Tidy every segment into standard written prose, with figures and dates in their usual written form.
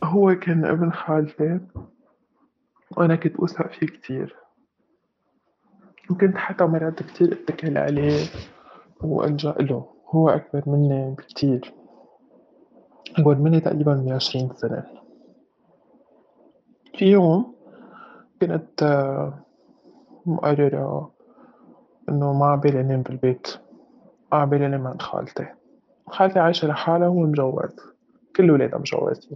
هو كان ابن خالتي، وأنا كنت أوثق فيه كتير، وكنت حتى مرات كتير أتّكل عليه وألجأ له. هو أكبر منّي بكتير، أكبر منّي تقريباً ب20 سنة. في يوم كنت مقررة إنه ما عبالي أنام بالبيت، عبالي أنام عند خالتي. خالتي عايشة لحالها وهو مجوّز، كل ولادها مجوّزين.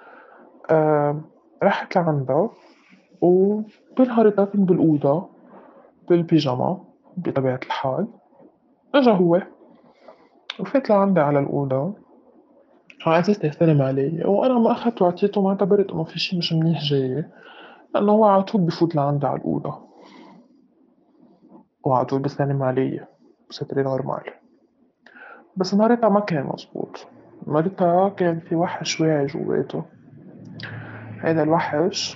رحت لعندا وبنهار كنت بالأوضة بالبيجاما بطبيعة الحال. إجا هو وفات لعندي على الأوضة على أساس يسلم علي، وأنا ما أخدت وعطيته، ما اعتبرت إنه في شي مش منيح جاي، لأنه هو على طول بفوت لعندي على الأوضة وعلى طول بيسلم علي بصدري نورمال. بس نهارتها ما كان مزبوط، نهارتها كان في وحش واعي جواته. هيدا الوحش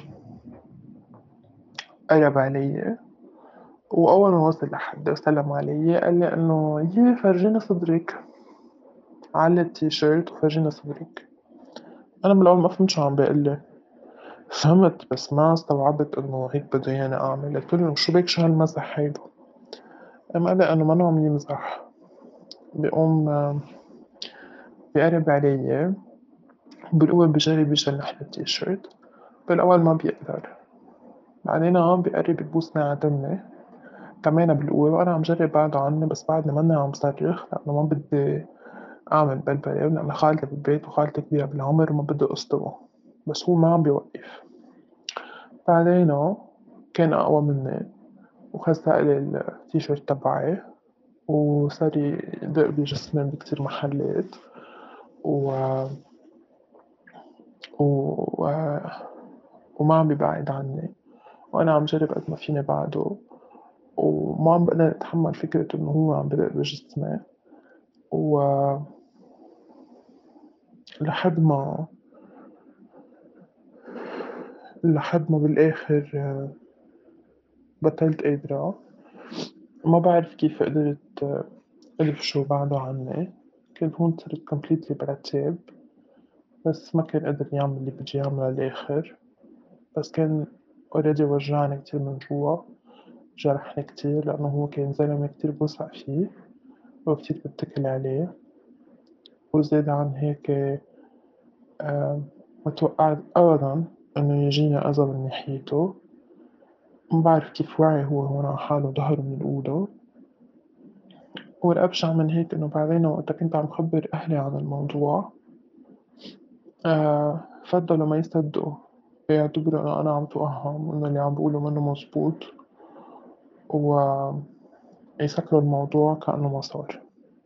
قرب علي، وأول ما وصل لحدي وسلم علي قال لي إنه يي فرجيني صدرك، علّى التيشيرت وفرجيني صدرك. أنا من الأول ما فهمت شو عم بيقلي، فهمت بس ما استوعبت إنه هيك بده إياني أعمل. قلتله شو بك شو هالمزح هيدا؟ قام قالي إنه منو عم يمزح. بيقوم بيقرب علي بالقوة بجرب يجرح التيشيرت. بالأول ما بيقدر، بعدين بيقرب يبوسني على دمي كمان بالقوة، وأنا عم جرب بعده عني بس بعدني ماني عم صرخ لأنه ما بدي أعمل بلبلة، لأن خالتي بالبيت وخالتي كبيرة بالعمر وما بدي أصدمه، بس هو ما عم بيوقف. بعدين كان أقوى مني وخزقلي التيشيرت تبعي وصار يدق بجسمي بكتير محلات و... و... وما عم بيبعد عني، وأنا عم جرب قد ما فيني بعده، وما عم بقدر أتحمل فكرة إنه هو عم بدق بجسمي. ولحد ما بالآخر بطلت قادرة. ما بعرف كيف قدرت ألف شو بعده عني. كنت هون صرت completely برتب، بس ما كان قادر يعمل اللي بدي يعمله للآخر. بس كان already وجعني كتير من جوا، جرحني كتير لأنه هو كان زلمة كتير بوثق فيه وكتير بتكل عليه. وزيادة عن هيك ما توقعت أبدا إنه يجيني أذى من ناحيته. ما بعرف كيف وعي هو هون على حاله ظهر من الأوضة. والأبشع من هيك إنه بعدين وقتها كنت عم خبر أهلي عن الموضوع فضلوا ما يصدقوا، بيعتبروا إنه أنا عم توهم وإنه اللي عم بقوله منه مزبوط، ويسكروا الموضوع كأنه ما صار.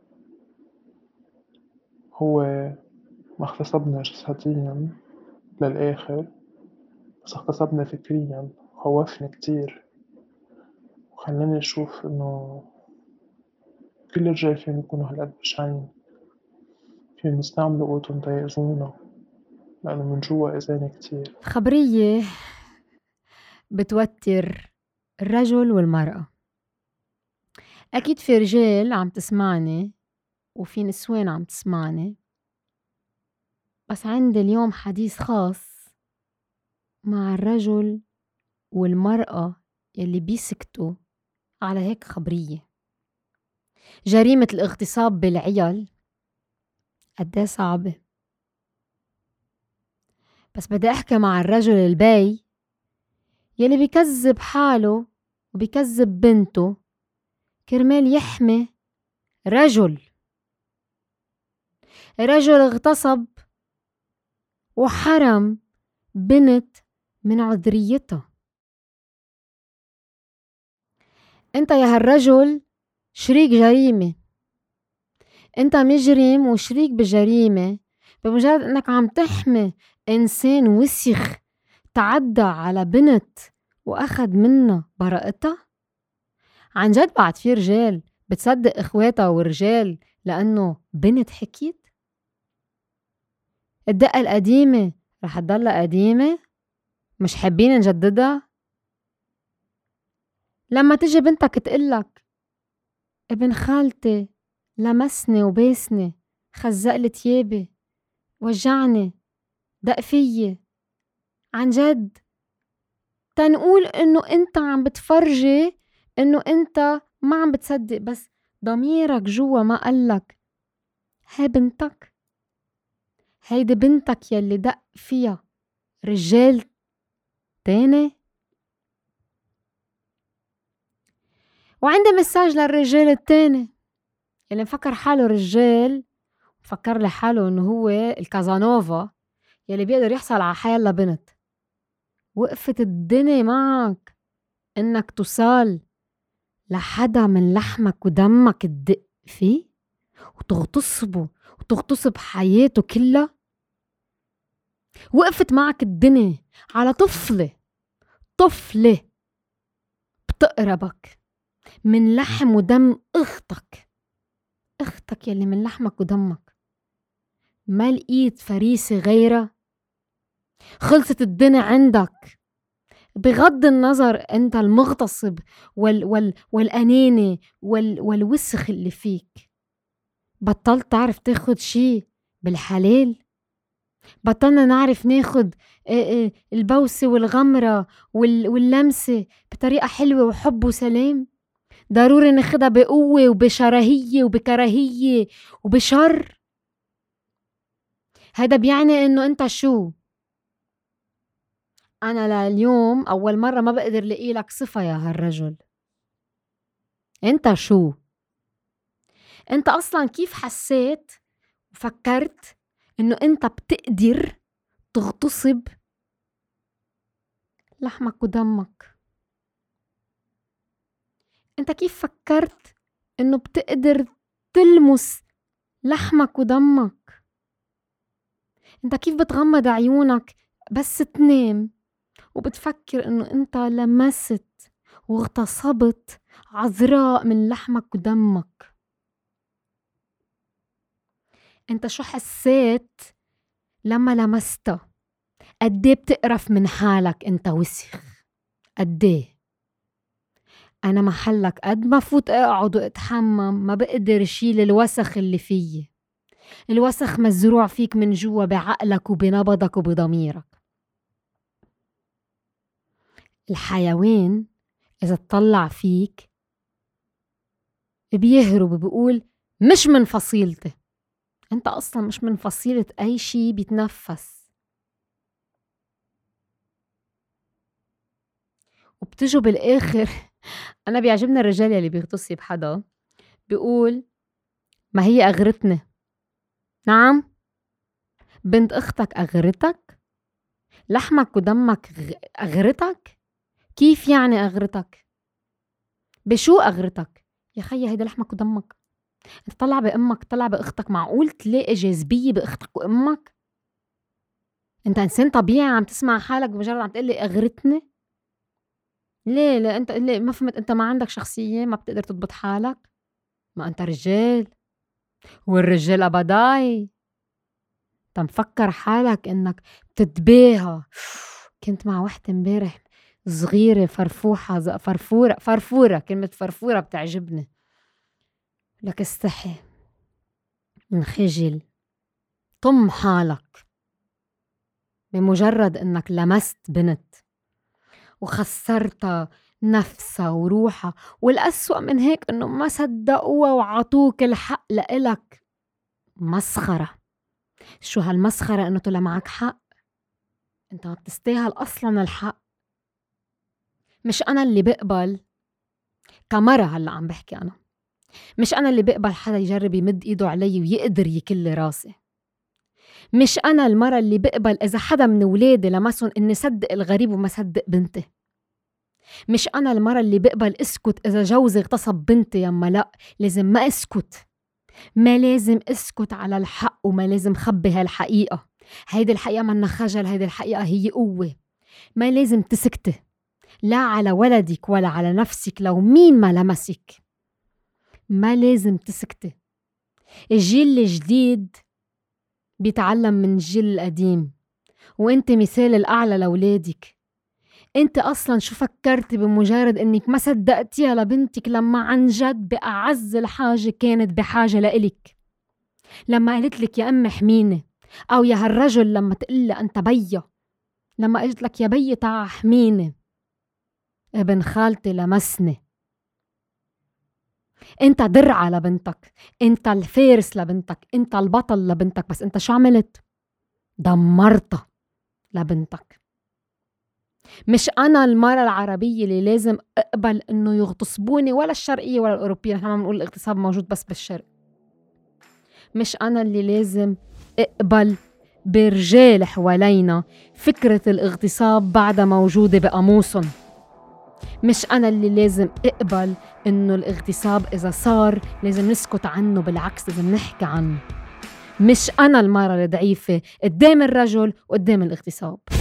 هو ما اغتصبني جسديا للآخر، بس اغتصبني فكريا، خوفني كتير وخلاني أشوف إنه كل الرجال فيهم يكونوا هالقد بشعين، فيهم يستعملوا قوتهم تيأذونا، لأنه من جوا أذاني كتير. خبرية بتوتر الرجل والمرأة. أكيد في رجال عم تسمعني وفي نسوان عم تسمعني، بس عندي اليوم حديث خاص مع الرجل والمرأة يلي بيسكتوا على هيك خبرية. جريمة الاغتصاب بالعيال قديه صعبة، بس بدي أحكي مع الرجل البي يلي بيكذب حاله وبيكذب بنته كرمال يحمي رجل اغتصب وحرم بنت من عذريتها. انت يا هالرجل شريك جريمة، انت مجرم وشريك بجريمة بمجرد انك عم تحمي انسان وسخ تعدى على بنت واخد منها براءتها. عن جد بعد في رجال بتصدق اخواتها ورجال لانه بنت حكيت. الدقة القديمة رح تضلها قديمة، مش حابين نجددها. لما تجي بنتك تقلك ابن خالتي لمسني وباسني، خزقلي تيابي، وجعني، دق فيي عن جد، تنقول إنه أنت عم بتفرجي إنه أنت ما عم بتصدق، بس ضميرك جوا ما قالك هاي بنتك، هيدي بنتك يلي دق فيها رجال تاني. وعندي مساج للرجال التاني اللي مفكر حاله رجال، مفكر لي حاله إنه هو الكازانوفا يلي بيقدر يحصل على حيالله بنت. وقفت الدنيا معك إنك توصل لحدا من لحمك ودمك تدق فيه وتغتصبه وتغتصب حياته كلها. وقفت معك الدنيا على طفلة بتقربك من لحم ودم أختك يلي من لحمك ودمك، ما لقيت فريسة غيرها. خلصت الدنيا عندك، بغض النظر أنت المغتصب والأناني والوسخ اللي فيك. بطلت تعرف تاخد شي بالحلال، بطلنا نعرف ناخد البوسة والغمرة واللمسة بطريقة حلوة وحب وسلام. ضروري ناخدها بقوة وبشرهية وبكراهية وبشر. هذا بيعني إنه أنت شو؟ أنا لليوم أول مرة ما بقدر لقي لك صفة يا هالرجل. أنت شو؟ أنت أصلاً كيف حسيت وفكرت إنه أنت بتقدر تغتصب لحمك ودمك؟ أنت كيف فكرت إنه بتقدر تلمس لحمك ودمك؟ أنت كيف بتغمض عيونك بس تنام وبتفكر إنه أنت لمست واغتصبت عذراء من لحمك ودمك؟ أنت شو حسيت لما لمستها؟ قديه بتقرف من حالك أنت وسخ؟ قديه؟ أنا محلك قد ما فوت أقعد وأتحمم ما بقدر شيل الوسخ اللي فيي. الوسخ مزروع فيك من جوا بعقلك وبنبضك وبضميرك. الحيوان إذا تطلع فيك بيهرب بيقول مش من فصيلتي. أنت أصلا مش من فصيلة أي شي بيتنفس. وبتجوا بالآخر أنا بيعجبنا الرجال اللي بيغتصب حدا بيقول ما هي أغرتني. نعم، بنت أختك أغرتك؟ لحمك ودمك أغرتك؟ كيف يعني أغرتك؟ بشو أغرتك؟ يا خيي هيدا لحمك ودمك. انت طلع بأمك طلع بأختك، معقول تلاقي جاذبية بأختك وأمك؟ انت إنسان طبيعي عم تسمع حالك بمجرد عم تقلي أغرتني؟ ليه لا انت ليه ما فهمت؟ انت ما عندك شخصية؟ ما بتقدر تضبط حالك؟ ما انت رجال والرجال أبداي. انت مفكر حالك انك بتتباهى. كنت مع وحدة امبارح صغيرة فرفوحة فرفورة كلمة فرفورة بتعجبني. لك استحي، انخجل، طم حالك بمجرد انك لمست بنت وخسرتها نفسها وروحها. والأسوأ من هيك انه ما صدقوها وعطوك الحق لإلك. مسخرة. شو هالمسخرة انه طلع معك حق؟ انت ما بتستاهل اصلا الحق. مش انا اللي بقبل كمرة، هلأ عم بحكي أنا، مش أنا اللي بقبل حدا يجرب يمد إيده علي ويقدر يكل راسي. مش أنا المرة اللي بقبل إذا حدا من ولادي لمسن إني صدق الغريب وما صدق بنتي. مش أنا المرة اللي بقبل اسكت إذا جوزي اغتصب بنتي. يما لأ، لازم ما اسكت. ما لازم اسكت على الحق وما لازم خبي هالحقيقة. هيدي الحقيقة منا خجل، هيدي الحقيقة هي قوة. ما لازم تسكتي لا على ولدك ولا على نفسك لو مين ما لمسك. ما لازم تسكتي. الجيل الجديد بيتعلم من الجيل القديم، وانت مثال الأعلى لأولادك. انت أصلا شو فكرتي بمجرد انك ما صدقتيها لبنتك لما عن جد بأعز الحاجة كانت بحاجة لإلك؟ لما قالت لك يا أم حميني، أو يا هالرجل لما تقلي أنت بيا، لما قلت لك يا بي تعا حميني، ابن خالتي لمسني. انت درعة لبنتك، انت الفارس لبنتك، انت البطل لبنتك، بس انت شو عملت؟ دمرتها لبنتك. مش أنا المرأة العربية اللي لازم أقبل إنه يغتصبوني، ولا الشرقية ولا الأوروبية، نحن ما بنقول الاغتصاب موجود بس بالشرق. مش أنا اللي لازم أقبل برجال حوالينا فكرة الاغتصاب بعدها موجودة بقاموسهم. مش أنا اللي لازم أقبل إنه الاغتصاب إذا صار لازم نسكت عنه، بالعكس لازم نحكي عنه. مش أنا المرأة الضعيفة قدام الرجل وقدام الاغتصاب.